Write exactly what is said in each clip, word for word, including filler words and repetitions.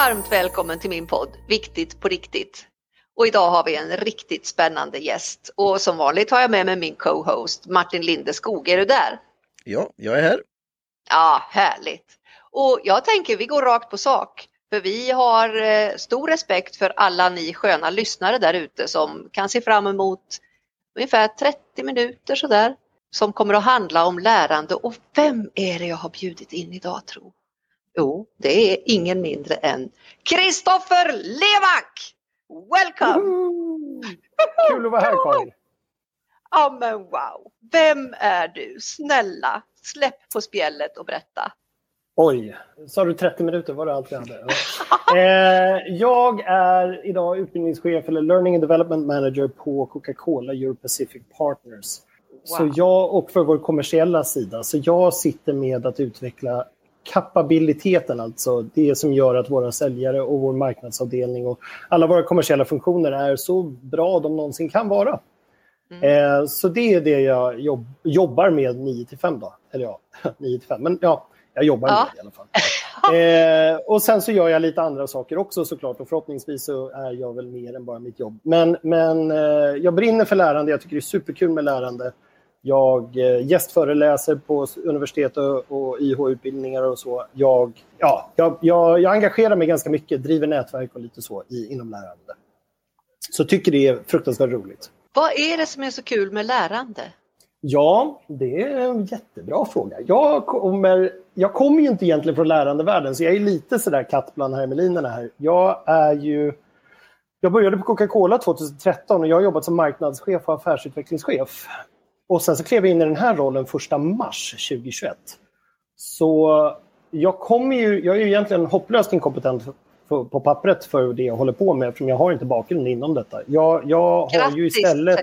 Varmt välkommen till min podd Viktigt på riktigt. Och idag har vi en riktigt spännande gäst. Och som vanligt har jag med mig min co-host Martin Lindeskog. Är du där? Ja, jag är här. Ja, härligt. Och jag tänker vi går rakt på sak. För vi har eh, stor respekt för alla ni sköna lyssnare där ute som kan se fram emot ungefär trettio minuter sådär. Som kommer att handla om lärande. Och vem är det jag har bjudit in idag, tro? Jo, det är ingen mindre än Kristoffer Levack! Welcome! Woho! Kul att vara här, Karin. Ja, men wow. Vem är du? Snälla, släpp på spjället och berätta. Oj, sa du trettio minuter? Var det allt vi hade? Ja. eh, jag är idag utbildningschef eller Learning and Development Manager på Coca-Cola Europe Pacific Partners. Wow. Så jag, och för vår kommersiella sida. Så jag sitter med att utveckla kapabiliteten, alltså det som gör att våra säljare och vår marknadsavdelning och alla våra kommersiella funktioner är så bra de någonsin kan vara. Mm. Eh, så det är det jag jobb, jobbar med nio till fem då. Eller ja, nio till fem. Men ja, jag jobbar ja. med det i alla fall. eh, och sen så gör jag lite andra saker också såklart. Och förhoppningsvis så är jag väl mer än bara mitt jobb. Men, men eh, jag brinner för lärande. Jag tycker det är superkul med lärande. Jag eh, gästföreläser på universitet och, och I H-utbildningar och så. Jag, ja, jag, jag, jag engagerar mig ganska mycket, driver nätverk och lite så i, inom lärande. Så tycker det är fruktansvärt roligt. Vad är det som är så kul med lärande? Ja, det är en jättebra fråga. Jag kommer, jag kommer ju inte egentligen från lärandevärlden, så jag är lite sådär katt bland hermelinerna här. Jag är ju... Jag började på Coca-Cola tjugohundratretton och jag har jobbat som marknadschef och affärsutvecklingschef. Och sen så klev jag in i den här rollen första mars tjugohundratjugoett. Så jag kommer ju, jag är ju egentligen hopplöst inkompetent för, på pappret för det jag håller på med, eftersom jag har inte bakgrund inom detta. Jag, jag har ju istället...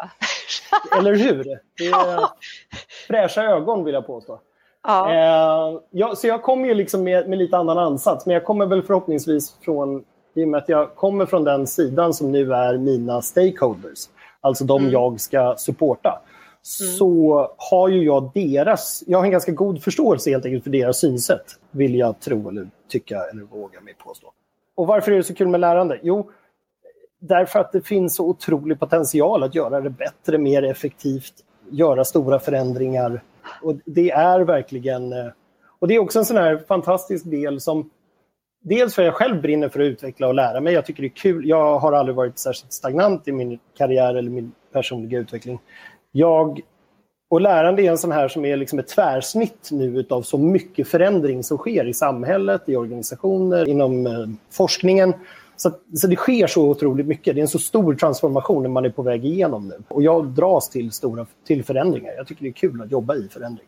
Eller hur? Det är fräscha ögon vill jag påstå. Ja. Eh, ja, så jag kommer ju liksom med, med lite annan ansats, men jag kommer väl förhoppningsvis från, i och med att jag kommer från den sidan som nu är mina stakeholders, alltså de mm. jag ska supporta. Mm. Så har ju jag deras, jag har en ganska god förståelse helt enkelt för deras synsätt, vill jag tro eller tycka eller våga mig påstå. Och varför är det så kul med lärande? Jo, därför att det finns så otrolig potential att göra det bättre, mer effektivt, göra stora förändringar. Och det är verkligen, och det är också en sån här fantastisk del som, dels för att jag själv brinner för att utveckla och lära mig. Jag tycker det är kul, jag har aldrig varit särskilt stagnant i min karriär eller min personliga utveckling. Jag, och lärande är en sån här som är liksom ett tvärsnitt nu av så mycket förändring som sker i samhället, i organisationer, inom eh, forskningen. Så, så det sker så otroligt mycket. Det är en så stor transformation när man är på väg igenom nu. Och jag dras till, stora, till förändringar. Jag tycker det är kul att jobba i förändring.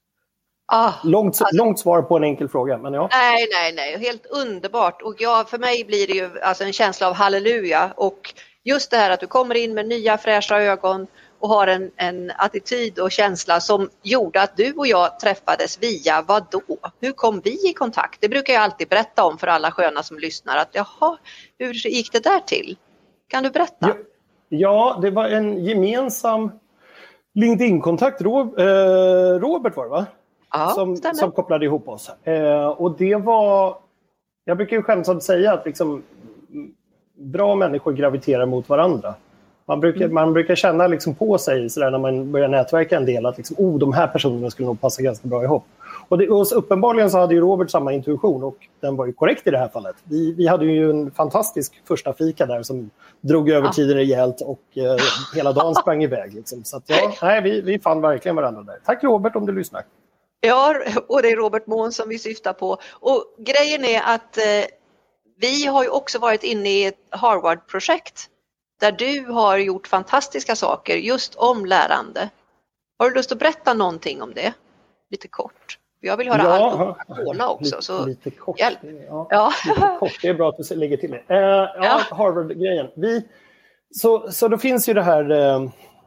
Ah, långt, alltså, långt svar på en enkel fråga. Men ja. Nej, nej, nej. Helt underbart. Och ja, för mig blir det ju alltså en känsla av halleluja. Och just det här att du kommer in med nya fräscha ögon och har en, en attityd och känsla som gjorde att du och jag träffades via vad då? Hur kom vi i kontakt? Det brukar jag alltid berätta om för alla sköna som lyssnar. Att jaha, hur gick det där till? Kan du berätta? Ja, ja det var en gemensam LinkedIn-kontakt. Robert var det va? Ja, som, som kopplade ihop oss. Och det var, jag brukar ju skämtsamt säga att liksom, bra människor graviterar mot varandra. Man brukar, man brukar känna liksom på sig så där när man börjar nätverka en del att liksom, oh, de här personerna skulle nog passa ganska bra ihop. Och, det, och uppenbarligen så hade ju Robert samma intuition och den var ju korrekt i det här fallet. Vi, vi hade ju en fantastisk första fika där som drog över ja. tiden rejält och eh, hela dagen sprang iväg. Liksom. Så att, ja, nej, vi, vi fann verkligen varandra där. Tack Robert om du lyssnar. Ja, och det är Robert Mån som vi syftar på. Och grejen är att eh, vi har ju också varit inne i ett Harvard-projekt där du har gjort fantastiska saker just om lärande. Har du lust att berätta någonting om det? Lite kort. Jag vill höra ja, allt om Coca-Cola också. Lite, så lite kort. Hjälp. Ja, ja. Lite kort. Det är bra att du lägger till det. Uh, ja, ja. Harvard-grejen. Vi, så, så då finns ju det här uh,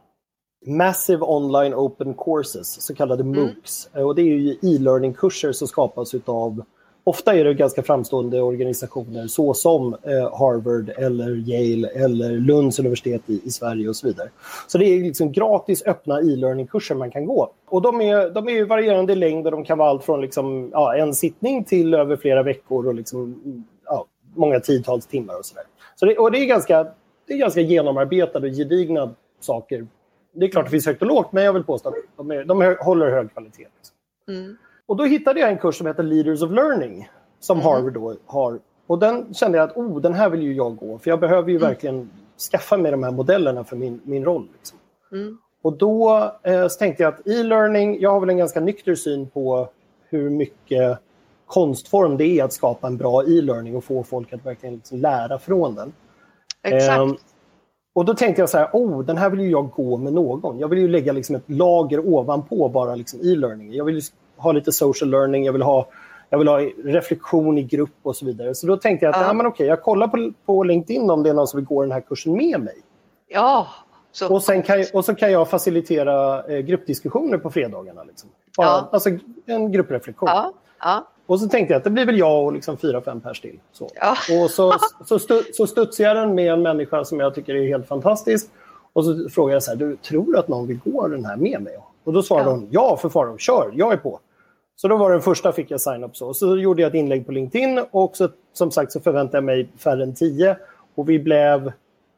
Massive Online Open Courses, så kallade M O O Cs. Mm. Och det är ju e-learning-kurser som skapas utav, ofta är det ganska framstående organisationer såsom eh, Harvard eller Yale eller Lunds universitet i, i Sverige och så vidare. Så det är liksom gratis öppna e-learning-kurser man kan gå. Och de är, de är ju varierande i längd och de kan vara allt från liksom, ja, en sittning till över flera veckor och liksom, ja, många tiotals timmar och sådär. Så det, och det är, ganska, det är ganska genomarbetade och gedigna saker. Det är klart att det finns högt och lågt, men jag vill påstå att de, är, de håller hög kvalitet. Mm. Och då hittade jag en kurs som heter Leaders of Learning som mm. Harvard då har. Och den kände jag att oh, den här vill ju jag gå. För jag behöver ju mm. verkligen skaffa mig de här modellerna för min, min roll. Liksom. Mm. Och då eh, så tänkte jag att e-learning, jag har väl en ganska nykter syn på hur mycket konstform det är att skapa en bra e-learning och få folk att verkligen liksom lära från den. Exakt. Eh, och då tänkte jag så här, oh, den här vill ju jag gå med någon. Jag vill ju lägga liksom ett lager ovanpå bara liksom e-learning. Jag vill ha lite social learning, jag vill ha, jag vill ha reflektion i grupp och så vidare. Så då tänkte jag att, ja. Ja, men okej, jag kollar på, på LinkedIn om det är någon som vill gå den här kursen med mig. Ja, så. Och, sen kan, och så kan jag facilitera eh, gruppdiskussioner på fredagarna. Liksom. Bara, ja. Alltså en gruppreflektion. Ja, ja. Och så tänkte jag att det blir väl jag och liksom fyra, fem pers till. Så. Ja. Och så, så, stu, så studsar jag den med en människa som jag tycker är helt fantastisk. Och så frågar jag så här, du tror att någon vill gå den här med mig? Och då svarade ja. hon, ja för fara, kör, jag är på. Så då var den första fick jag sign up så. Så gjorde jag ett inlägg på LinkedIn och så, som sagt så förväntade jag mig färre än tio. Och vi blev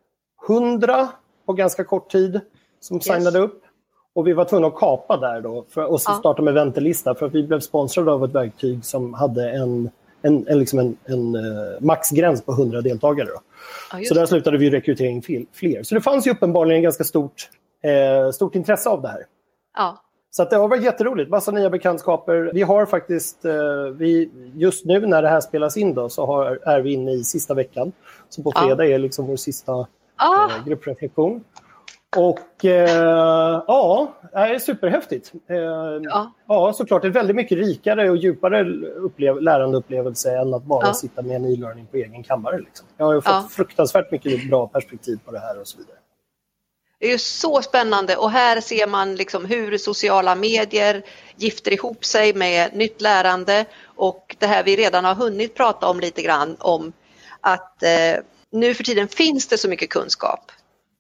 hundra på ganska kort tid som yes. signade upp. Och vi var tvungna att kapa där då för, och så ja. starta med väntelista för att vi blev sponsrade av ett verktyg som hade en, en, en, liksom en, en uh, maxgräns på hundra deltagare. Då. Ja, så där slutade vi rekrytering fler. Så det fanns ju uppenbarligen ganska stort, eh, stort intresse av det här. Ja. Så att det har varit jätteroligt. Massa nya bekantskaper. Vi har faktiskt, eh, vi, just nu när det här spelas in då, så har, är vi inne i sista veckan. Så på fredag ja. är liksom vår sista ah. eh, gruppreflektion. Och eh, ja, det är superhäftigt. Eh, ja. ja, såklart. Det är väldigt mycket rikare och djupare upplev- lärandeupplevelse än att bara ja. sitta med en e-learning på egen kammare. Liksom. Jag har ju fått ja. fruktansvärt mycket bra perspektiv på det här och så vidare. Det är ju så spännande och här ser man liksom hur sociala medier gifter ihop sig med nytt lärande och det här vi redan har hunnit prata om lite grann om att eh, nu för tiden finns det så mycket kunskap.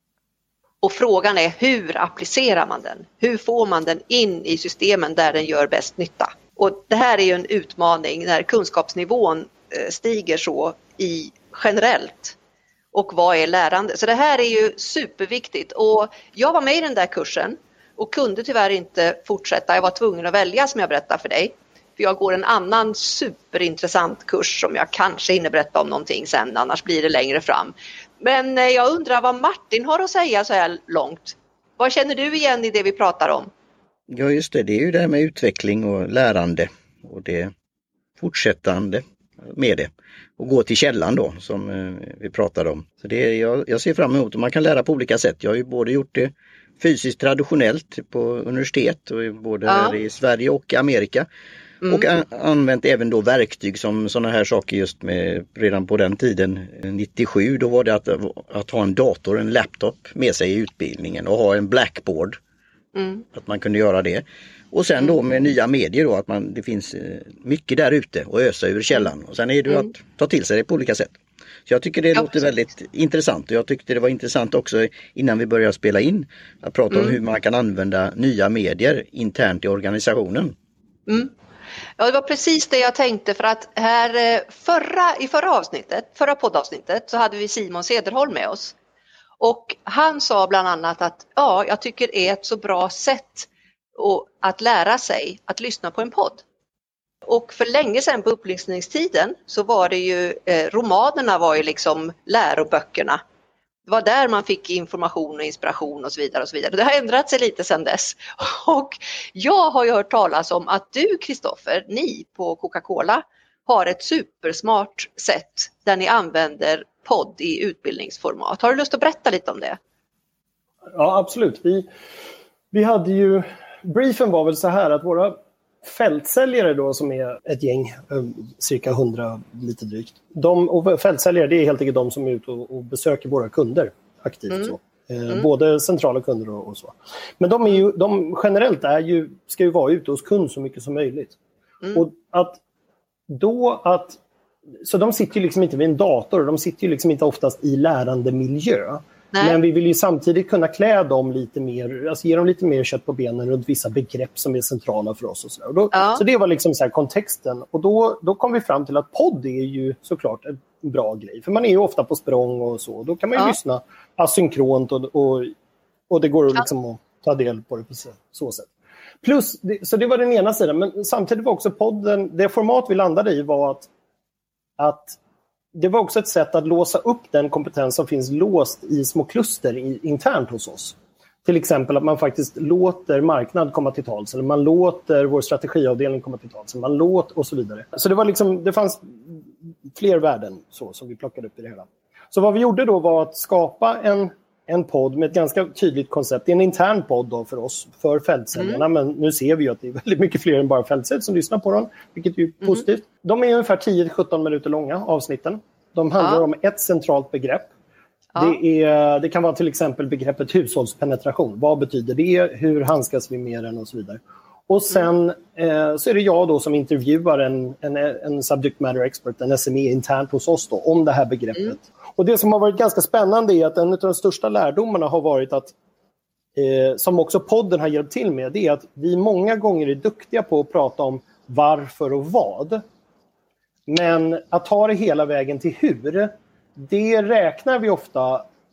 Och frågan är hur applicerar man den? Hur får man den in i systemen där den gör bäst nytta? Och det här är ju en utmaning när kunskapsnivån stiger så i generellt. Och vad är lärande? Så det här är ju superviktigt. Och jag var med i den där kursen och kunde tyvärr inte fortsätta. Jag var tvungen att välja som jag berättar för dig. För jag går en annan superintressant kurs som jag kanske hinner berätta om någonting sen. Annars blir det längre fram. Men jag undrar vad Martin har att säga så här långt. Vad känner du igen i det vi pratar om? Ja just det, det är ju det här med utveckling och lärande och det fortsättande med det. Och gå till källan då som eh, vi pratade om. Så det är, jag, jag ser fram emot och man kan lära på olika sätt. Jag har ju både gjort det fysiskt traditionellt på universitet och både ja. i Sverige och Amerika. Mm. Och an- använt även då verktyg som sådana här saker just med redan på den tiden nittiosju då var det att, att ha en dator, en laptop med sig i utbildningen och ha en blackboard. Mm. Att man kunde göra det. Och sen då med nya medier då att man, det finns mycket där ute och ösa ur källan. Och sen är det mm. att ta till sig det på olika sätt. Så jag tycker det ja, låter precis. väldigt intressant och jag tyckte det var intressant också innan vi började spela in att prata mm. om hur man kan använda nya medier internt i organisationen. Mm. Ja, det var precis det jag tänkte för att här förra, i förra avsnittet, förra poddavsnittet så hade vi Simon Cederholm med oss. Och han sa bland annat att ja, jag tycker det är ett så bra sätt att lära sig att lyssna på en podd. Och för länge sedan på upplysningstiden så var det ju, eh, romanerna var ju liksom läroböckerna. Det var där man fick information och inspiration och så vidare och så vidare. Det har ändrat sig lite sedan dess. Och jag har ju hört talas om att du, Kristoffer, ni på Coca-Cola har ett supersmart sätt där ni använder podd i utbildningsformat. Har du lust att berätta lite om det? Ja, absolut. Vi, vi hade ju, briefen var väl så här att våra fältsäljare då som är ett gäng, cirka hundra lite drygt. De, och fältsäljare det är helt enkelt de som är ute och, och besöker våra kunder aktivt. Mm. Så. Mm. Både centrala kunder och, och så. Men de, är ju, de generellt är ju, ska ju vara ute hos kund så mycket som möjligt. Mm. Och att då att, så de sitter ju liksom inte vid en dator, de sitter ju liksom inte oftast i lärande miljö. Nej. Men vi vill ju samtidigt kunna klä dem lite mer, alltså ge dem lite mer kött på benen runt vissa begrepp som är centrala för oss. Och så, och då, ja. så det var liksom så här kontexten. Och då, då kom vi fram till att podd är ju såklart en bra grej. För man är ju ofta på språng och så. Då kan man ju ja. lyssna asynkront och, och, och det går ja. liksom att ta del på det på så, så sätt. Plus, så det var den ena sidan. Men samtidigt var också podden, det format vi landade i var att, att det var också ett sätt att låsa upp den kompetens som finns låst i små kluster i, internt hos oss. Till exempel att man faktiskt låter marknad komma till tals, eller man låter vår strategiavdelning komma till tals, man låter och så vidare. Så det var liksom, det fanns fler värden så, som vi plockade upp i det hela. Så vad vi gjorde då var att skapa en, en podd med ett ganska tydligt koncept. Det är en intern podd då för oss, för fältsäljarna, mm. men nu ser vi ju att det är väldigt mycket fler än bara fältsäljare som lyssnar på dem, vilket är ju mm. positivt. De är ungefär tio till sjutton minuter långa, avsnitten. De handlar ja. om ett centralt begrepp. Ja. Det, är, det kan vara till exempel begreppet hushållspenetration. Vad betyder det? Hur handskas vi med den och så vidare. Och sen mm. eh, så är det jag då som intervjuar en, en, en subject matter expert, en S M E internt hos oss då, om det här begreppet. Mm. Och det som har varit ganska spännande är att en av de största lärdomarna har varit att, eh, som också podden har hjälpt till med, det är att vi många gånger är duktiga på att prata om varför och vad. Men att ta det hela vägen till hur, det räknar vi ofta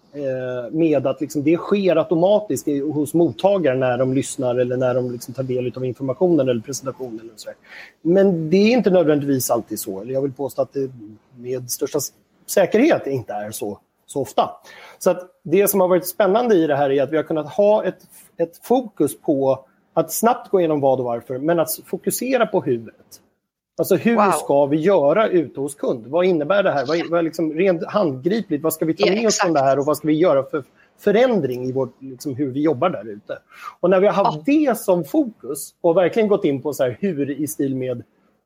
eh, med att liksom det sker automatiskt hos mottagaren när de lyssnar eller när de liksom tar del av informationen eller presentationen. Eller så. Men det är inte nödvändigtvis alltid så. Eller jag vill påstå att det med största säkerhet inte är så, så ofta. Så att det som har varit spännande i det här är att vi har kunnat ha ett, ett fokus på att snabbt gå igenom vad och varför, men att fokusera på huvudet. Alltså hur wow. ska vi göra ute hos kund? Vad innebär det här? Vad, vad liksom rent handgripligt, vad ska vi ta med ja, oss från det här och vad ska vi göra för förändring i vårt, liksom, hur vi jobbar där ute? Och när vi har haft oh. det som fokus och verkligen gått in på så här, hur i stil med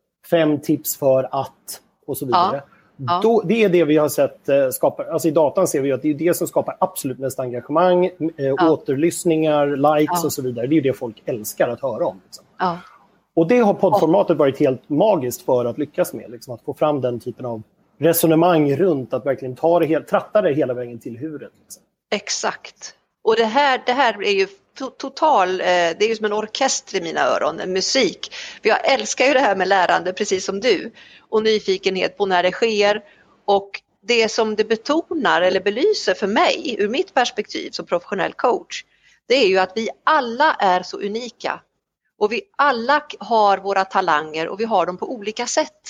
fem tips för att och så vidare. Ja. Då, det är det vi har sett eh, skapa, alltså i datan ser vi att det är det som skapar absolut mest engagemang, eh, ja. återlyssningar, likes ja. och så vidare. Det är det folk älskar att höra om. Liksom. Ja. Och det har poddformatet varit helt magiskt för att lyckas med. Liksom, att få fram den typen av resonemang runt att verkligen ta det helt, tratta det hela vägen till huvudet. Liksom. Exakt. Och det här, det här är ju to- total, eh, det är ju som en orkester i mina öron, en musik. För jag älskar ju det här med lärande precis som du. Och nyfikenhet på när det sker. Och det som det betonar eller belyser för mig ur mitt perspektiv som professionell coach, det är ju att vi alla är så unika. Och vi alla har våra talanger och vi har dem på olika sätt.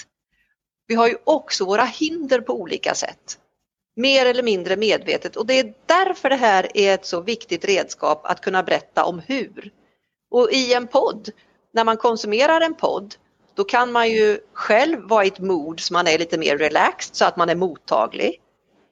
Vi har ju också våra hinder på olika sätt. Mer eller mindre medvetet. Och det är därför det här är ett så viktigt redskap att kunna berätta om hur. Och i en podd, när man konsumerar en podd, då kan man ju själv vara i ett mood så man är lite mer relaxed så att man är mottaglig.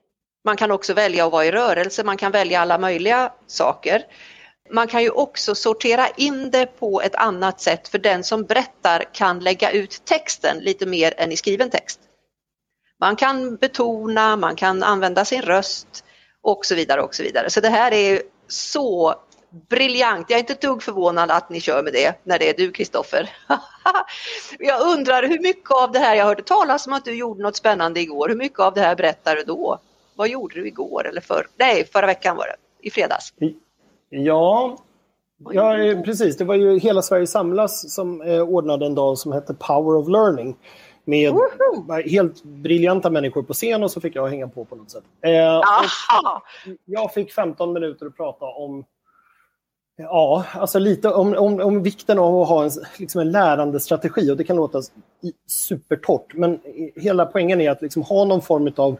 Man kan också välja att vara i rörelse, man kan välja alla möjliga saker. Man kan ju också sortera in det på ett annat sätt för den som berättar kan lägga ut texten lite mer än i skriven text. Man kan betona, man kan använda sin röst och så vidare och så vidare. Så det här är så briljant. Jag är inte ett dugg förvånad att ni kör med det när det är du, Kristoffer. Jag undrar hur mycket av det här, jag hörde talas om att du gjorde något spännande igår. Hur mycket av det här berättar du då? Vad gjorde du igår eller för? Nej, förra veckan var det, i fredags. Ja, ja, precis. Det var ju Hela Sverige samlas som eh, ordnade en dag som hette Power of Learning. Med Woho! helt briljanta människor på scen och så fick jag hänga på på något sätt. Eh, jag fick femton minuter att prata om ja, alltså lite om, om, om vikten av att ha en, liksom en lärande strategi. Och det kan låta supertorrt, men hela poängen är att liksom ha någon form av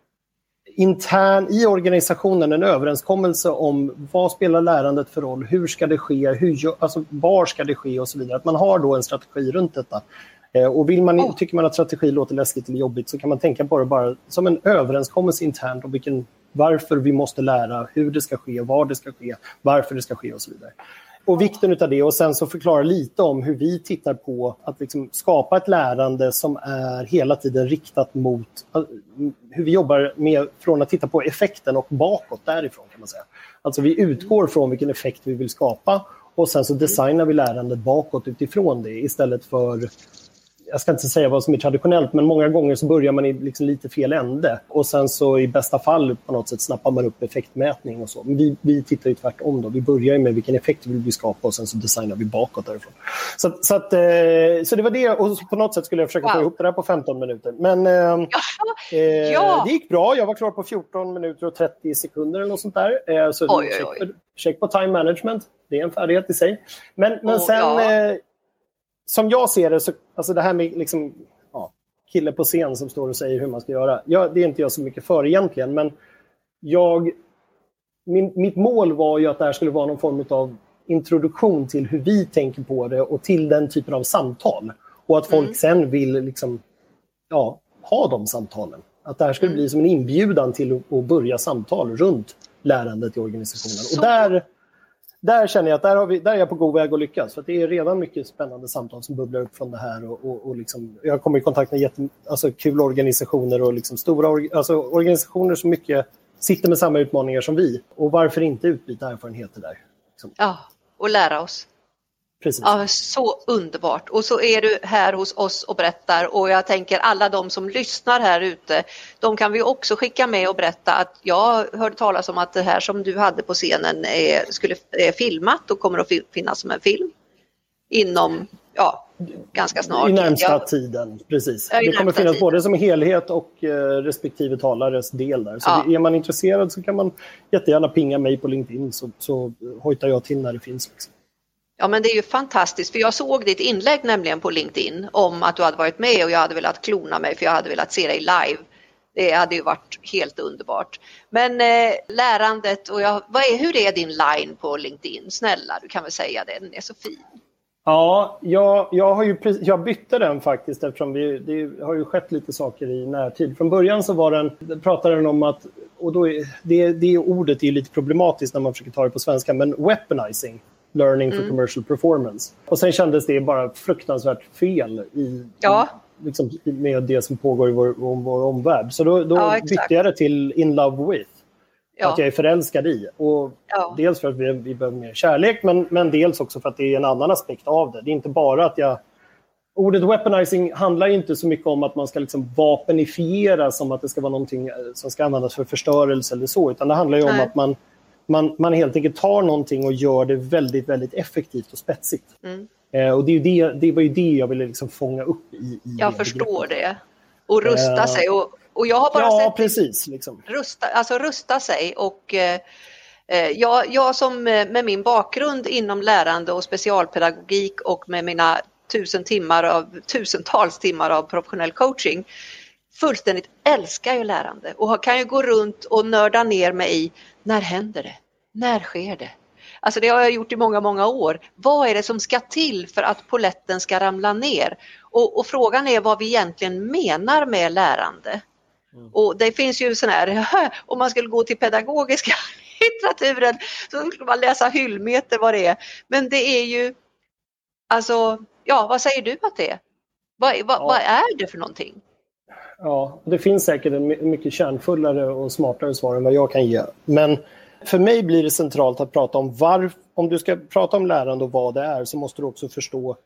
intern i organisationen en överenskommelse om vad spelar lärandet för roll, hur ska det ske, hur, alltså var ska det ske och så vidare. Att man har då en strategi runt detta. Eh, och vill man, oh. tycker man att strategi låter läskigt eller jobbigt så kan man tänka på det bara som en överenskommelse internt om vilken, varför vi måste lära, hur det ska ske, var det ska ske, varför det ska ske och så vidare. Och vikten av det och sen så förklara lite om hur vi tittar på att liksom skapa ett lärande som är hela tiden riktat mot hur vi jobbar med från att titta på effekten och bakåt därifrån kan man säga. Alltså vi utgår från vilken effekt vi vill skapa och sen så designar vi lärandet bakåt utifrån det istället för jag ska inte säga vad som är traditionellt, men många gånger så börjar man i liksom lite fel ände. Och sen så i bästa fall på något sätt snappar man upp effektmätning och så. Men vi, vi tittar ju tvärtom då. Vi börjar med vilken effekt vill vi skapa och sen så designar vi bakåt därifrån. Så, så, att, eh, så det var det, och på något sätt skulle jag försöka wow. få ihop det där på femton minuter. Men eh, ja. Eh, ja. det gick bra. Jag var klar på fjorton minuter och trettio sekunder eller något sånt där. Eh, så oj, check, oj, oj. check på time management. Det är en färdighet i sig. Men, men oh, sen... Ja. Eh, Som jag ser det, så, alltså det här med liksom, ja, kille på scen som står och säger hur man ska göra. Ja, det är inte jag så mycket för egentligen, men jag, min, mitt mål var ju att det här skulle vara någon form av introduktion till hur vi tänker på det och till den typen av samtal. Och att folk mm. sen vill liksom, ja, ha de samtalen. Att det här skulle mm. bli som en inbjudan till att, att börja samtal runt lärandet i organisationen. Så. Och där... Där känner jag att där, har vi, där är jag på god väg att lyckas. För att det är redan mycket spännande samtal som bubblar upp från det här. Och, och, och liksom, jag kommer i kontakt med jätte, alltså, kul organisationer och liksom stora alltså, organisationer som mycket sitter med samma utmaningar som vi. Och varför inte utbyta erfarenheter där? Liksom. Ja, och lära oss. Precis. Ja, så underbart. Och så är du här hos oss och berättar. Och jag tänker alla de som lyssnar här ute, de kan vi också skicka med och berätta att jag hörde talas om att det här som du hade på scenen är, skulle är filmat och kommer att finnas som en film inom, ja, ganska snart. I närmsta jag, tiden, precis. Ja, det kommer finnas tiden. både som helhet och uh, respektive talares del där. Så ja. det, är man intresserad så kan man jättegärna pinga mig på LinkedIn så, så hojtar jag till när det finns. Liksom. Ja, men det är ju fantastiskt, för jag såg ditt inlägg nämligen på LinkedIn om att du hade varit med och jag hade velat klona mig för jag hade velat se dig live. Det hade ju varit helt underbart. Men eh, lärandet och jag, vad är, hur är din line på LinkedIn? Snälla, du kan väl säga det, den är så fin. Ja, jag, jag, har ju, jag bytte den faktiskt eftersom vi, det har ju skett lite saker i närtid. Från början så var den, pratade den om att, och då är, det, det ordet är lite problematiskt när man försöker ta det på svenska, men weaponizing. Learning for mm. commercial performance. Och sen kändes det bara fruktansvärt fel i, ja. i, liksom, med det som pågår i vår, vår omvärld. Så då, då ja, bytte jag det till in love with. Ja. Att jag är förälskad i. Och ja. Dels för att vi, vi behöver mer kärlek, men, men dels också för att det är en annan aspekt av det. Det är inte bara att jag... Ordet weaponizing handlar inte så mycket om att man ska liksom vapenifiera som att det ska vara någonting som ska användas för förstörelse eller så. Utan det handlar ju om Nej. att man Man, man helt enkelt tar någonting och gör det väldigt, väldigt effektivt och spetsigt. Mm. Eh, och det, är ju det, det var ju det jag ville liksom fånga upp i, i Jag det förstår det. Och rusta eh, sig. Och, och jag har bara ja, sett precis, liksom. rusta, alltså rusta sig. Och eh, jag, jag som med min bakgrund inom lärande och specialpedagogik och med mina tusen timmar av, tusentals timmar av professionell coaching fullständigt älskar ju lärande och kan ju gå runt och nörda ner mig i när händer det? När sker det? Alltså det har jag gjort i många, många år. Vad är det som ska till för att poletten ska ramla ner? Och, och frågan är vad vi egentligen menar med lärande. Mm. Och det finns ju sån här, om man skulle gå till pedagogiska litteraturen så skulle man läsa hyllmeter vad det är. Men det är ju, alltså, ja, vad säger du att det är? Vad, vad, ja. vad är det för någonting? Ja, det finns säkert en mycket kärnfullare och smartare svar än vad jag kan ge. Men för mig blir det centralt att prata om varför. Om du ska prata om lärande och vad det är så måste du också förstå.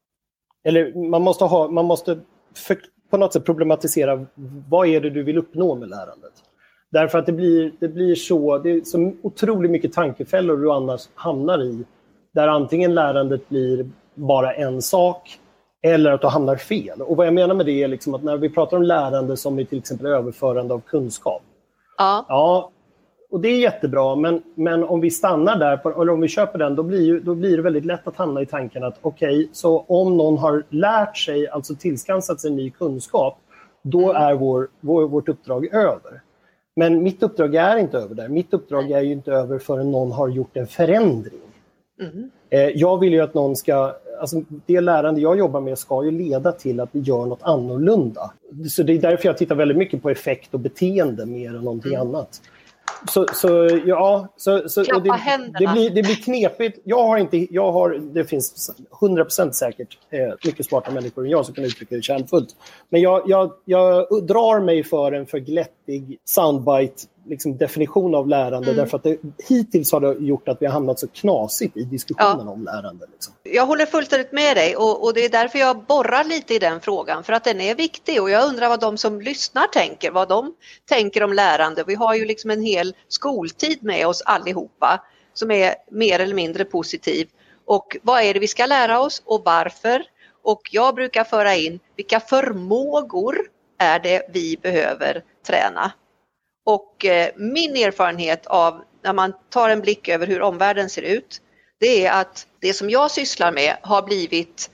Eller man måste, ha, man måste för, på något sätt problematisera vad är det du vill uppnå med lärandet. Därför att det blir, det blir så, det är så otroligt mycket tankefällor du annars hamnar i. Där antingen lärandet blir bara en sak. Eller att du hamnar fel. Och vad jag menar med det är liksom att när vi pratar om lärande som är till exempel överförande av kunskap. Ja. Ja, och det är jättebra. Men, men om vi stannar där, på, eller om vi köper den, då blir, ju, då blir det väldigt lätt att hamna i tanken att okej, okay, så om någon har lärt sig, alltså tillskansat sig ny kunskap, då mm. är vår, vår, vårt uppdrag över. Men mitt uppdrag är inte över där. Mitt uppdrag är ju inte över förrän någon har gjort en förändring. Mm. Jag vill ju att någon ska, alltså det lärande jag jobbar med ska ju leda till att vi gör något annorlunda. Så det är därför jag tittar väldigt mycket på effekt och beteende mer än någonting mm. annat. Så, så ja, så, så och det, det, blir, det blir knepigt. Jag har inte, jag har, det finns hundra procent säkert eh, mycket smarta människor än jag som kan uttrycka det kärnfullt. Men jag, jag, jag drar mig för en för glättig soundbite liksom definition av lärande mm. därför att det, hittills har det gjort att vi har hamnat så knasigt i diskussionen ja. om lärande. Liksom. Jag håller fullständigt med dig och, och det är därför jag borrar lite i den frågan för att den är viktig och jag undrar vad de som lyssnar tänker, vad de tänker om lärande. Vi har ju liksom en hel skoltid med oss allihopa som är mer eller mindre positiv och vad är det vi ska lära oss och varför? Och jag brukar föra in vilka förmågor är det vi behöver träna. Och eh, min erfarenhet av när man tar en blick över hur omvärlden ser ut, det är att det som jag sysslar med har blivit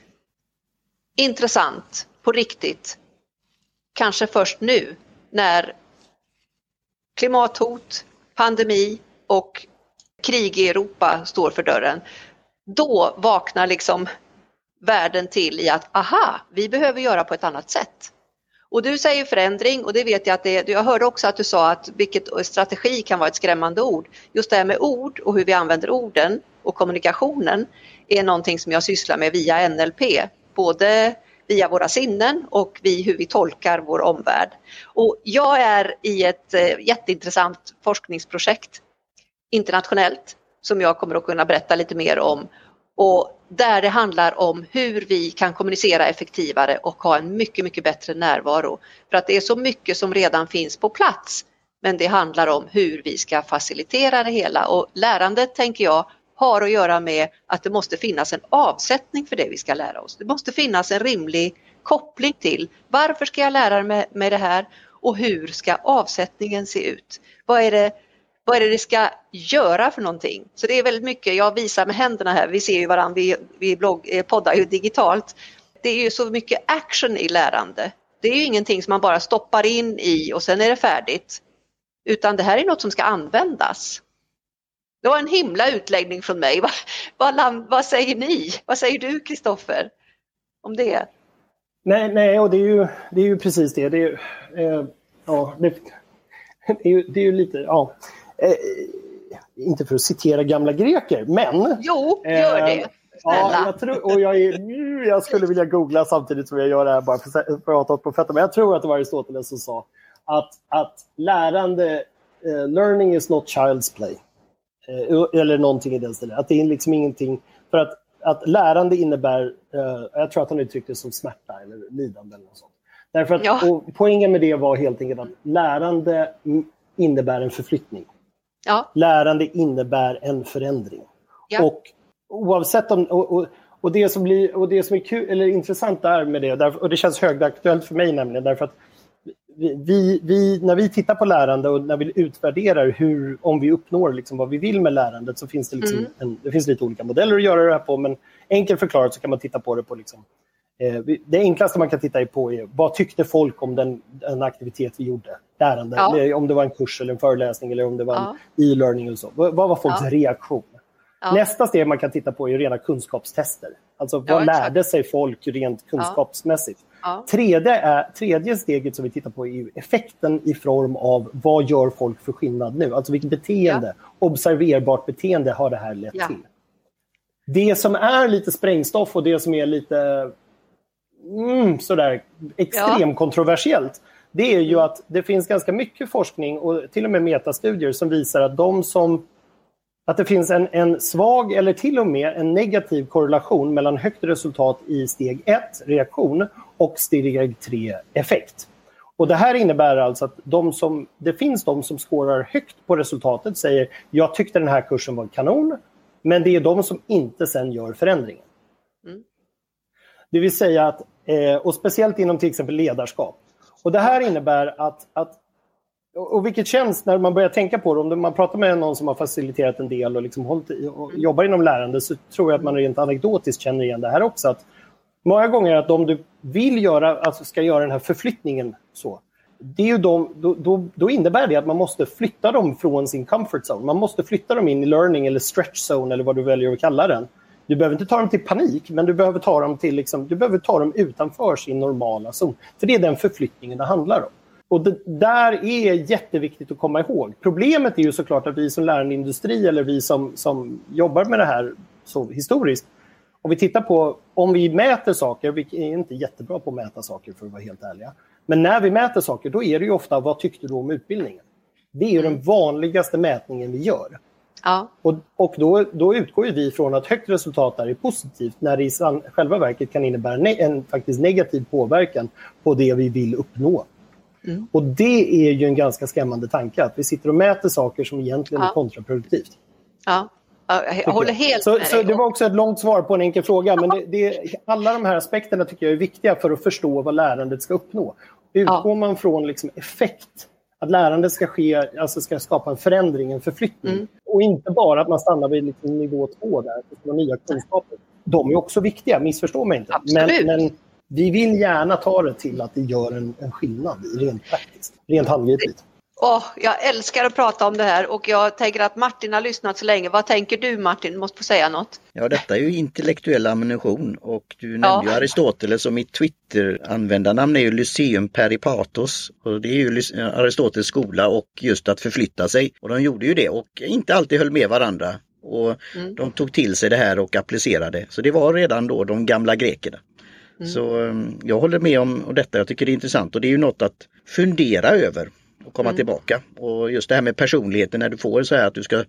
intressant på riktigt. Kanske först nu när klimathot, pandemi och krig i Europa står för dörren. Då vaknar liksom världen till i att aha, vi behöver göra på ett annat sätt. Och du säger förändring och det vet jag att det, jag hörde också att du sa att vilket strategi kan vara ett skrämmande ord. Just det här med ord och hur vi använder orden och kommunikationen är någonting som jag sysslar med via N L P. Både via våra sinnen och vi, hur vi tolkar vår omvärld. Och jag är i ett jätteintressant forskningsprojekt internationellt som jag kommer att kunna berätta lite mer om. Och där det handlar om hur vi kan kommunicera effektivare och ha en mycket, mycket bättre närvaro. För att det är så mycket som redan finns på plats. Men det handlar om hur vi ska facilitera det hela. Och lärandet, tänker jag, har att göra med att det måste finnas en avsättning för det vi ska lära oss. Det måste finnas en rimlig koppling till varför ska jag lära mig med det här och hur ska avsättningen se ut? Vad är det Vad är det det ska göra för någonting? Så det är väldigt mycket, jag visar med händerna här, vi ser ju varandra, vi, vi blogg, poddar ju digitalt. Det är ju så mycket action i lärande. Det är ju ingenting som man bara stoppar in i och sen är det färdigt. Utan det här är något som ska användas. Det var en himla utläggning från mig. Vad, vad, vad säger ni? Vad säger du, Kristoffer, om det? Nej, nej och det är ju, det är ju precis det. Det är ju, eh, ja, det, det, är ju, det är ju lite... Ja. Eh, inte för att citera gamla greker, men... Jo, gör det. Eh, ja, jag, tror, och jag, är, jag skulle vilja googla samtidigt som jag gör det här bara för att prata på fötter. Men jag tror att det var Aristoteles som sa att, att lärande, eh, learning is not child's play. Eh, eller någonting i den stilen. Att det är liksom ingenting... För att, att lärande innebär... Eh, jag tror att han uttryckte det som smärta eller lidande eller något sånt. Därför att, ja. och poängen med det var helt enkelt att lärande innebär en förflyttning. Ja. Lärande innebär en förändring. Ja. Och oavsett om och, och, och det som blir och det som är kul eller intressant där med det där, och det känns högaktuellt för mig nämligen därför att vi, vi, vi när vi tittar på lärande och när vi utvärderar hur om vi uppnår liksom vad vi vill med lärandet så finns det liksom mm. en, det finns lite olika modeller att göra det här på, men enkelt förklarat så kan man titta på det på liksom det enklaste man kan titta på är vad tyckte folk om den, den aktivitet vi gjorde, lärande, ja. om det var en kurs eller en föreläsning eller om det var ja. en e-learning eller så. Vad var folks ja. reaktion? Ja. Nästa steg man kan titta på är rena kunskapstester. Alltså vad ja, lärde sig folk rent kunskapsmässigt? Ja. Ja. Tredje, är, tredje steget som vi tittar på är effekten i form av vad gör folk för skillnad nu? Alltså vilket beteende, ja. observerbart beteende har det här lett ja. till? Det som är lite sprängstoff och det som är lite mm, sådär extremt ja. kontroversiellt, det är ju att det finns ganska mycket forskning och till och med metastudier som visar att de som att det finns en, en svag eller till och med en negativ korrelation mellan högt resultat i steg ett, reaktion, och steg tre, effekt. Och det här innebär alltså att de som, det finns de som skårar högt på resultatet säger jag tyckte den här kursen var kanon, men det är de som inte sen gör förändringen. Mm. Det vill säga att, och speciellt inom till exempel ledarskap. Och det här innebär att, att och vilket känns när man börjar tänka på det, om man pratar med någon som har faciliterat en del och, liksom hållit i, och jobbar inom lärande, så tror jag att man rent anekdotiskt känner igen det här också. Att många gånger att de du vill göra, alltså ska göra den här förflyttningen så, det är ju de, då, då, då innebär det att man måste flytta dem från sin comfort zone. Man måste flytta dem in i learning eller stretch zone eller vad du väljer att kalla den. Du behöver inte ta dem till panik, men du behöver ta dem till liksom, du behöver ta dem utanför sin normala zon. För det är den förflyttningen det handlar om. Och det där är jätteviktigt att komma ihåg. Problemet är ju såklart att vi som lärande industri eller vi som, som jobbar med det här så historiskt, om vi tittar på, om vi mäter saker, vi är inte jättebra på att mäta saker för att vara helt ärliga, men när vi mäter saker då är det ju ofta vad tyckte du om utbildningen? Det är ju den vanligaste mätningen vi gör. Ja. Och, och då, då utgår ju vi från att högt resultat där är positivt när det i san, själva verket kan innebära ne- en faktiskt negativ påverkan på det vi vill uppnå. Mm. Och det är ju en ganska skrämmande tanke att vi sitter och mäter saker som egentligen ja. är kontraproduktivt. Ja, jag håller helt så, med så dig. Det var också ett långt svar på en enkel fråga, men det, det, alla de här aspekterna tycker jag är viktiga för att förstå vad lärandet ska uppnå. Utgår ja. man från liksom effekt, att lärandet ska ske, alltså ska skapa en förändring, en förflyttning. Mm. Och inte bara att man stannar vid liksom nivå två där, för nya kunskaper. De är också viktiga, missförstå mig inte. Men, men vi vill gärna ta det till att det gör en, en skillnad rent praktiskt, rent handgripligt. Oh, jag älskar att prata om det här och jag tänker att Martin har lyssnat så länge. Vad tänker du, Martin? Du måste få säga något. Ja, detta är ju intellektuell ammunition och du nämnde ja. ju Aristoteles och mitt Twitter-användarnamn är ju Lyceum Peripatos och det är ju Aristoteles skola och just att förflytta sig. Och de gjorde ju det och inte alltid höll med varandra och mm. de tog till sig det här och applicerade. Så det var redan då de gamla grekerna. Mm. Så jag håller med om detta, jag tycker det är intressant och det är ju något att fundera över. Och komma mm. tillbaka. Och just det här med personligheten när du får så här att du ska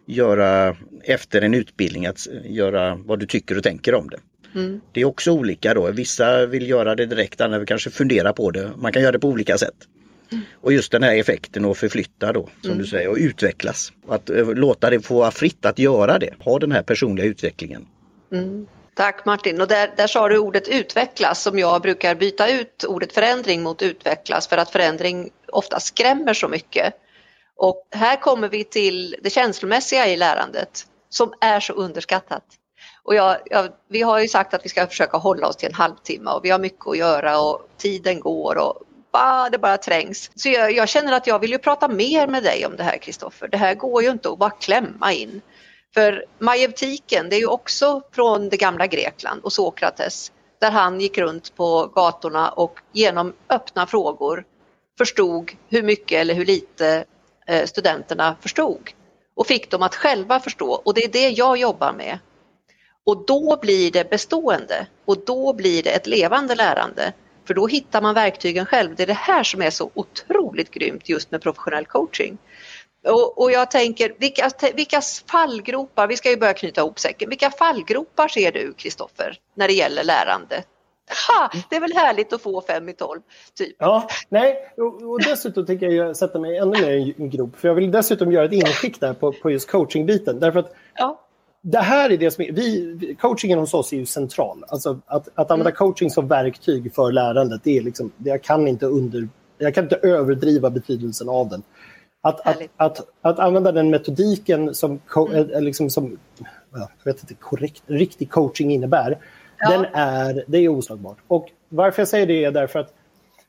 göra efter en utbildning att göra vad du tycker och tänker om det. Mm. Det är också olika då. Vissa vill göra det direkt, andra vill kanske fundera på det. Man kan göra det på olika sätt. Mm. Och just den här effekten att förflytta då, som mm. du säger, och utvecklas. Att låta det få fritt att göra det. Ha den här personliga utvecklingen. Mm. Tack Martin. Och där, där sa du ordet utvecklas som jag brukar byta ut ordet förändring mot utvecklas för att förändring ofta skrämmer så mycket. Och här kommer vi till det känslomässiga i lärandet som är så underskattat. Och jag, jag, vi har ju sagt att vi ska försöka hålla oss till en halvtimme och vi har mycket att göra och tiden går och bah, det bara trängs. Så jag, jag känner att jag vill ju prata mer med dig om det här, Kristoffer. Det här går ju inte att bara klämma in. För majeutiken, det är ju också från det gamla Grekland och Sokrates där han gick runt på gatorna och genom öppna frågor förstod hur mycket eller hur lite studenterna förstod och fick dem att själva förstå. Och det är det jag jobbar med. Och då blir det bestående och då blir det ett levande lärande. För då hittar man verktygen själv. Det är det här som är så otroligt grymt just med professionell coaching. Och, och jag tänker, vilka, vilka fallgropar, vi ska ju börja knyta ihop säcken. Vilka fallgropar ser du, Kristoffer, när det gäller lärande? Ha, det är väl härligt att få fem i tolv, typ. Ja, nej, och, och dessutom tänker jag sätta mig ännu mer i en grop. För jag vill dessutom göra ett inskick där på, på just coachingbiten. Därför att ja. det här är det som är, vi, coachingen hos oss är ju central. Alltså att, att använda mm. coaching som verktyg för lärandet, det är liksom, det jag kan inte under, jag kan inte överdriva betydelsen av den. Att, att, att, att använda den metodiken som, mm. liksom som jag vet inte, korrekt, riktig coaching innebär, ja. den är, det är oslagbart. Och varför jag säger det är därför att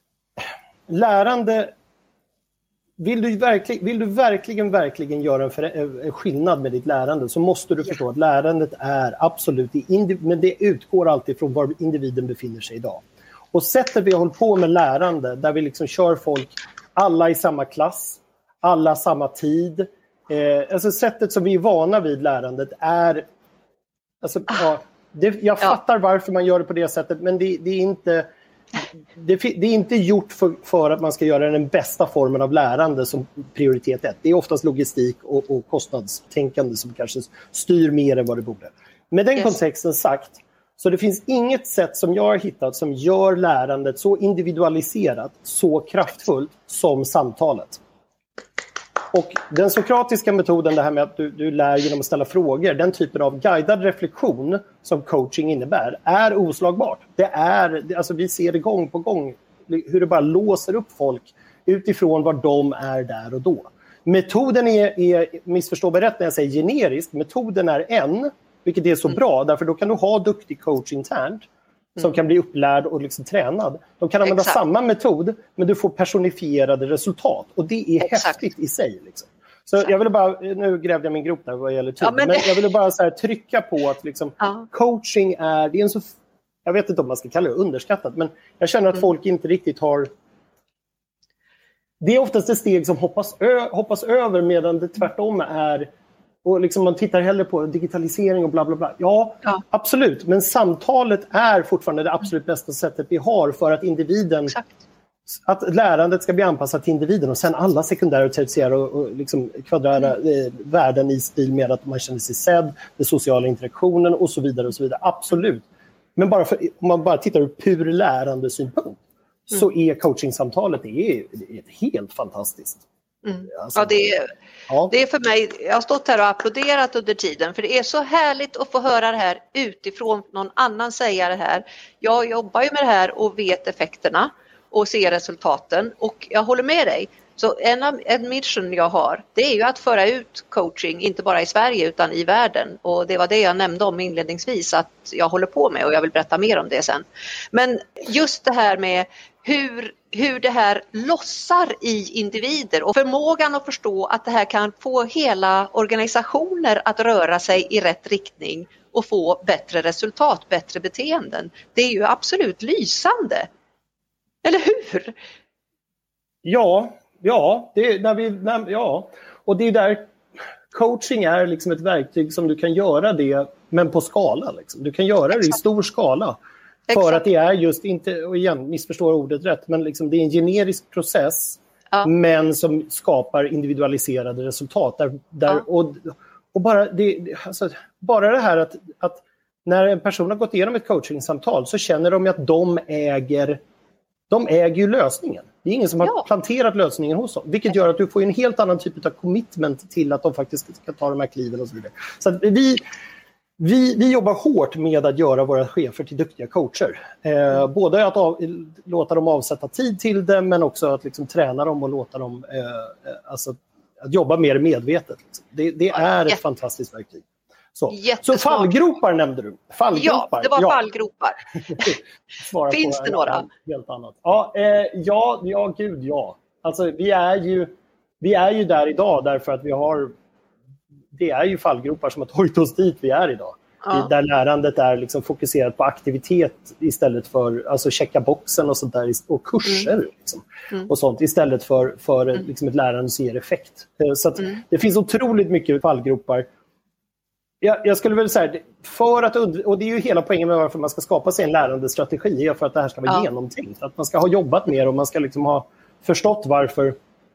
lärande, vill du, verklig, vill du verkligen, verkligen göra en, för, en skillnad med ditt lärande så måste du förstå ja. att lärandet är absolut, men det utgår alltid från var individen befinner sig idag. Och sättet vi har hållit på med lärande, där vi liksom kör folk, alla i samma klass, alla samma tid. Eh, alltså sättet som vi är vana vid lärandet är... Alltså, ah. ja, det, jag fattar ja. varför man gör det på det sättet, men det, det är inte... Det, det är inte gjort för, för att man ska göra den bästa formen av lärande som prioritet ett. Det är oftast logistik och, och kostnadstänkande som kanske styr mer än vad det borde. Med den yes. kontexten sagt, så det finns inget sätt som jag har hittat som gör lärandet så individualiserat, så kraftfullt som samtalet. Och den sokratiska metoden, det här med att du, du lär genom att ställa frågor, den typen av guidad reflektion som coaching innebär, är oslagbart. Det är, alltså vi ser det gång på gång, hur det bara låser upp folk utifrån var de är där och då. Metoden är, är missförstå mig rätt när jag säger generisk, metoden är en, vilket är så mm. bra, därför då kan du ha duktig coach internt som mm. kan bli upplärd och liksom tränad. De kan använda Exakt. samma metod, men du får personifierade resultat. Och det är Exakt. häftigt i sig. Liksom. Så Exakt. jag ville bara, nu grävde jag min grop där vad gäller tid. Ja, men... men jag ville bara så här trycka på att liksom, ja. coaching är, det är en så, jag vet inte om man ska kalla det underskattat, men jag känner att mm. folk inte riktigt har, det är oftast ett steg som hoppas, ö, hoppas över, medan det tvärtom är, och liksom man tittar hellre på digitalisering och bla bla bla. Ja, ja, absolut. Men samtalet är fortfarande det absolut bästa sättet vi har för att individen Exakt. att lärandet ska bli anpassat till individen och sen alla sekundära och tertiära och, och liksom kvadrära eh, värden i stil med att man känner sig sedd, den sociala interaktionen och så vidare och så vidare. Absolut. Men bara för, om man bara tittar ur pur lärandesynpunkt mm. så är coachingsamtalet det är, det är helt fantastiskt. Mm. Alltså, ja, det är, ja. det är för mig, jag har stått här och applåderat under tiden för det är så härligt att få höra det här utifrån någon annan säga det här. Jag jobbar ju med det här och vet effekterna och ser resultaten och jag håller med dig. Så en, en mission jag har det är ju att föra ut coaching inte bara i Sverige utan i världen och det var det jag nämnde om inledningsvis att jag håller på med och jag vill berätta mer om det sen. Men just det här med hur, hur det här lossar i individer och förmågan att förstå att det här kan få hela organisationer att röra sig i rätt riktning och få bättre resultat, bättre beteenden. Det är ju absolut lysande. Eller hur? Ja, ja, det, när vi, när, ja. Och det är där coaching är liksom ett verktyg som du kan göra det men på skala. Liksom. Du kan göra det Exakt. I stor skala. För Exakt. Att det är just inte, och igen missförstår ordet rätt, men liksom det är en generisk process ja. Men som skapar individualiserade resultat. Där, där, ja. och, och bara, det, alltså, bara det här att, att när en person har gått igenom ett coachingsamtal så känner de att de äger De äger ju lösningen. Det är ingen som har ja. Planterat lösningen hos dem. Vilket gör att du får en helt annan typ av commitment till att de faktiskt ska ta de här kliven och så vidare. Så att vi, vi, vi jobbar hårt med att göra våra chefer till duktiga coacher. Eh, mm. Både att av, låta dem avsätta tid till det men också att liksom träna dem och låta dem eh, alltså, att jobba mer medvetet. Liksom. Det, det är ett ja. Fantastiskt verktyg. Så. Så fallgropar nämnde du. Fallgropar. Ja, det var ja. Fallgropar. Finns det några? Helt annat. Ja, eh, ja, ja, gud ja. Alltså vi är ju vi är ju där idag därför att vi har det är ju fallgropar som har tagit oss dit vi är idag. Ja. Där lärandet är liksom fokuserat på aktivitet istället för alltså checka boxen och sånt där och kurser mm. Liksom, mm. och sånt istället för för mm. liksom ett lärande som ger effekt. Så att mm. det finns otroligt mycket fallgropar. Jag, jag skulle väl säga för att und- och det är ju hela poängen med varför man ska skapa sig en lärandestrategi är för att det här ska vara ja. Genomtänkt. Att man ska ha jobbat mer och man ska liksom ha förstått varför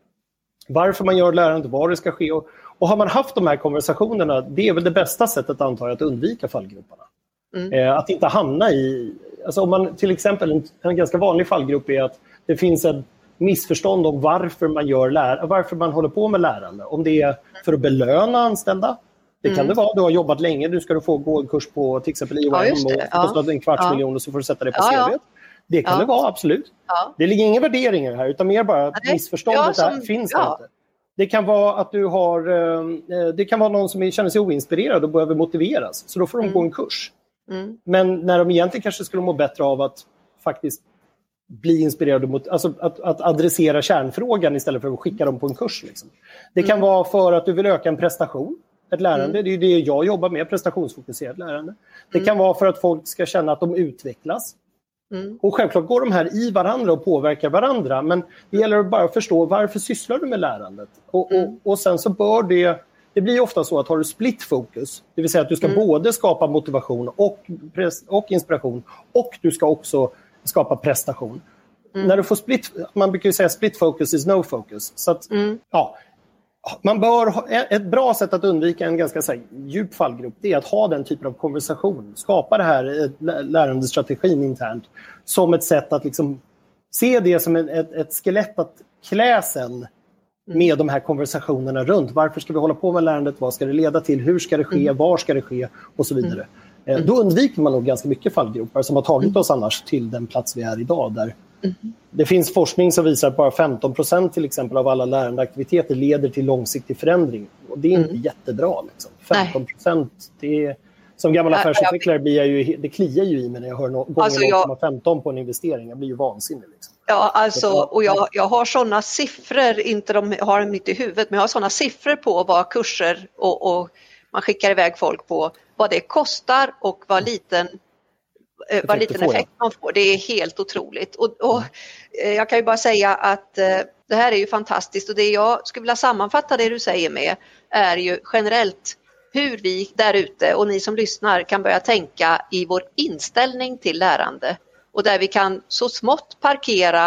varför man gör lärandet, vad det ska ske och, och har man haft de här konversationerna, det är väl det bästa sättet antar jag att undvika fallgroparna. Mm. Eh, att inte hamna i alltså om man till exempel en, en ganska vanlig fallgrop är att det finns ett missförstånd om varför man gör lär- varför man håller på med lärande. Om det är för att belöna anställda. Det kan mm. det vara, du har jobbat länge, nu ska du få gå en kurs på till exempel I O M ja, och kostar en kvarts ja. Miljon och så får du sätta det på ja, C V. Ja. Det kan ja. Det vara, absolut. Ja. Det ligger inga värderingar här utan mer bara att ja, missförståndet ja, som, där finns ja. Inte. Det kan vara att du har, eh, det kan vara någon som känner sig oinspirerad och behöver motiveras, så då får de mm. gå en kurs. Mm. Men när de egentligen kanske skulle må bättre av att faktiskt bli inspirerade, mot, alltså att, att adressera kärnfrågan istället för att skicka dem på en kurs. Liksom. Det kan mm. vara för att du vill öka en prestation. Ett lärande, mm. det är det jag jobbar med, prestationsfokuserat lärande. Det mm. kan vara för att folk ska känna att de utvecklas. Mm. Och självklart går de här i varandra och påverkar varandra. Men det gäller att bara förstå varför sysslar du med lärandet. Och, mm. och, och sen så bör det, det blir ofta så att har du split fokus, det vill säga att du ska mm. både skapa motivation och, och inspiration och du ska också skapa prestation. Mm. När du får split, man brukar ju säga split focus is no focus. Så att, mm. ja... Man bör ha, ett bra sätt att undvika en ganska så här, djup fallgrop det är att ha den typen av konversation. Skapa det här lärandestrategin internt som ett sätt att liksom se det som ett, ett, ett skelett att klä sen med de här konversationerna runt. Varför ska vi hålla på med lärandet? Vad ska det leda till? Hur ska det ske? Mm. Var ska det ske? Och så vidare. Mm. Då undviker man nog ganska mycket fallgropar som har tagit mm. oss annars till den plats vi är idag där. Mm. Det finns forskning som visar att bara femton procent till exempel av alla lärandeaktiviteter leder till långsiktig förändring. Och det är inte mm. jättebra. Liksom. femton procent, det är, som gammal affärsutvecklare blir jag ju, det kliar ju i mig när jag hör no- gånger alltså jag, noll komma femton på en investering. Jag blir ju vansinnig. Liksom. Ja, alltså, och jag, jag har sådana siffror, inte de har dem inte i huvudet, men jag har sådana siffror på vad kurser och, och man skickar iväg folk på, vad det kostar och vad liten Effekt vad liten effekt man får. Det är helt otroligt. Och, och mm. jag kan ju bara säga att eh, det här är ju fantastiskt och det jag skulle vilja sammanfatta det du säger med är ju generellt hur vi där ute och ni som lyssnar kan börja tänka i vår inställning till lärande och där vi kan så smått parkera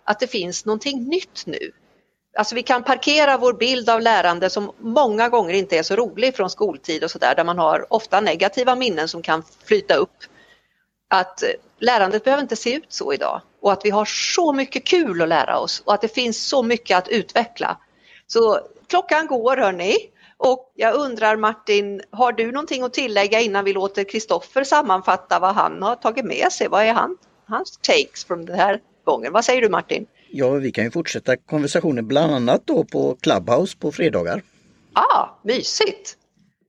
att det finns någonting nytt nu. Alltså vi kan parkera vår bild av lärande som många gånger inte är så rolig från skoltid och sådär, där man har ofta negativa minnen som kan flyta upp. Att lärandet behöver inte se ut så idag och att vi har så mycket kul att lära oss och att det finns så mycket att utveckla. Så klockan går, hörni, och jag undrar, Martin, har du någonting att tillägga innan vi låter Kristoffer sammanfatta vad han har tagit med sig? Vad är han, hans takes från den här gången? Vad säger du, Martin? Ja, vi kan ju fortsätta konversationen bland annat då på Clubhouse på fredagar. Ah, mysigt!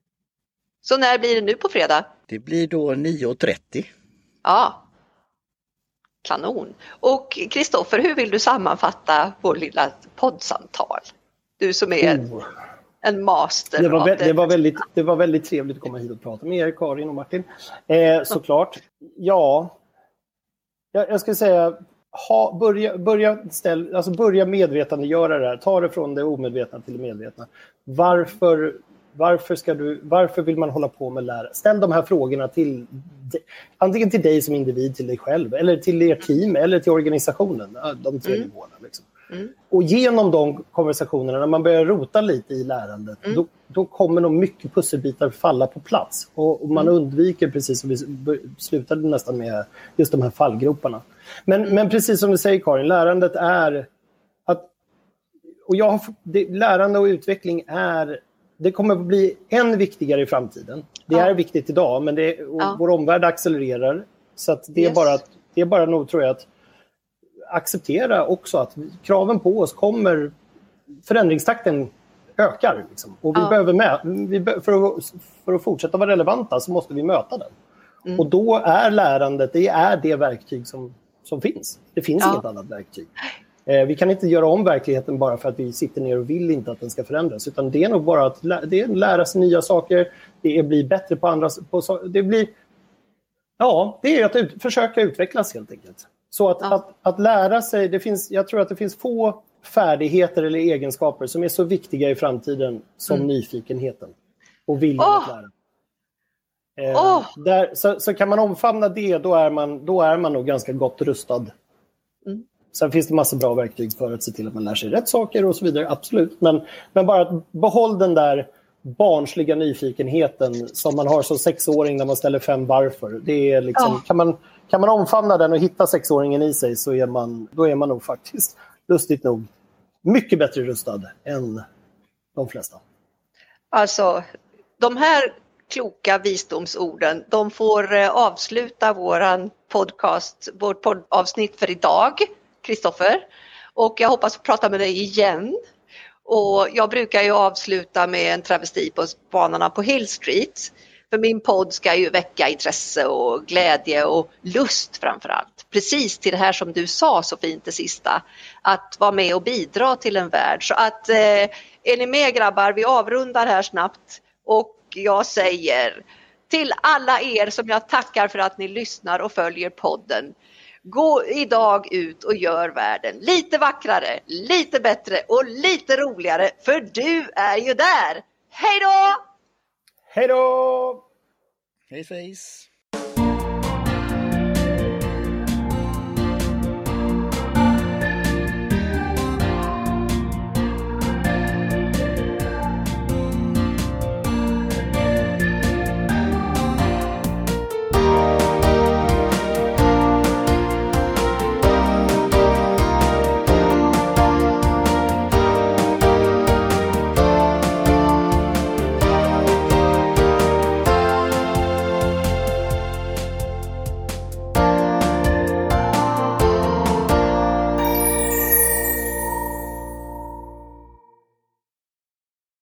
Så när blir det nu på fredag? Det blir då nio trettio. Ja, kanon. Och Kristoffer, hur vill du sammanfatta vår lilla poddsamtal? Du som är en, Oh. en master. Det var, av vä- det, var väldigt, det var väldigt trevligt att komma hit och prata med er, Karin och Martin. Eh, såklart. Ja, jag, jag skulle säga, ha, börja, börja, ställ, alltså börja medvetandegöra det här. Ta det från det omedvetna till det medvetna. Varför, varför, ska du, varför vill man hålla på med lära? Ställ de här frågorna till antingen till dig som individ, till dig själv, eller till er team, eller till organisationen. De tre Mm. nivåerna liksom. Mm. Och genom de konversationerna, när man börjar rota lite i lärandet, Mm. då, då kommer nog mycket pusselbitar falla på plats. Och, och man Mm. undviker, precis som vi b- slutade nästan med, just de här fallgroparna. Men, Mm. men precis som du säger, Karin, lärandet är att... Och jag har, det, lärande och utveckling är... Det kommer att bli än viktigare i framtiden. Det Ja. är viktigt idag, men det, och Ja. vår omvärld accelererar. Så att det, är Yes. bara att, det är bara nog, tror jag, att acceptera också att kraven på oss kommer, förändringstakten ökar. Liksom. Och vi Ja. behöver med, vi be, för, att, för att fortsätta vara relevanta så måste vi möta den. Mm. Och då är lärandet, det är det verktyg som, som finns. Det finns Ja. inget annat verktyg. Eh, vi kan inte göra om verkligheten bara för att vi sitter ner och vill inte att den ska förändras. Utan det är nog bara att lä- det är att lära sig nya saker, det är att bli bättre på andra... På, det blir, ja, det är att ut, försöka utvecklas helt enkelt. Så att, Ja. att, att lära sig, det finns, jag tror att det finns få färdigheter eller egenskaper som är så viktiga i framtiden som Mm. nyfikenheten och viljan Åh! att lära. Eh, Åh! där, så, så kan man omfamna det, då är man, då är man nog ganska gott rustad. Mm. Sen finns det massa bra verktyg för att se till att man lär sig rätt saker och så vidare, absolut. Men, men bara att behåll den där barnsliga nyfikenheten som man har som sexåring när man ställer fem varför. Det är liksom, Ja. kan, man, kan man omfamna den och hitta sexåringen i sig, så är man, då är man nog faktiskt, lustigt nog, mycket bättre rustad än de flesta. Alltså, de här kloka visdomsorden, de får eh, avsluta våran podcast, vårt poddavsnitt för idag, Kristoffer. Och jag hoppas få prata med dig igen. Och jag brukar ju avsluta med en travesti på Spanarna på Hill Street. För min podd ska ju väcka intresse och glädje och lust framför allt. Precis till det här som du sa så fint det sista. Att vara med och bidra till en värld. Så att eh, är ni med, grabbar? Vi avrundar här snabbt. Och jag säger till alla er som jag tackar för att ni lyssnar och följer podden. Gå idag ut och gör världen lite vackrare, lite bättre och lite roligare. För du är ju där. Hej då! Hej då! Hej face!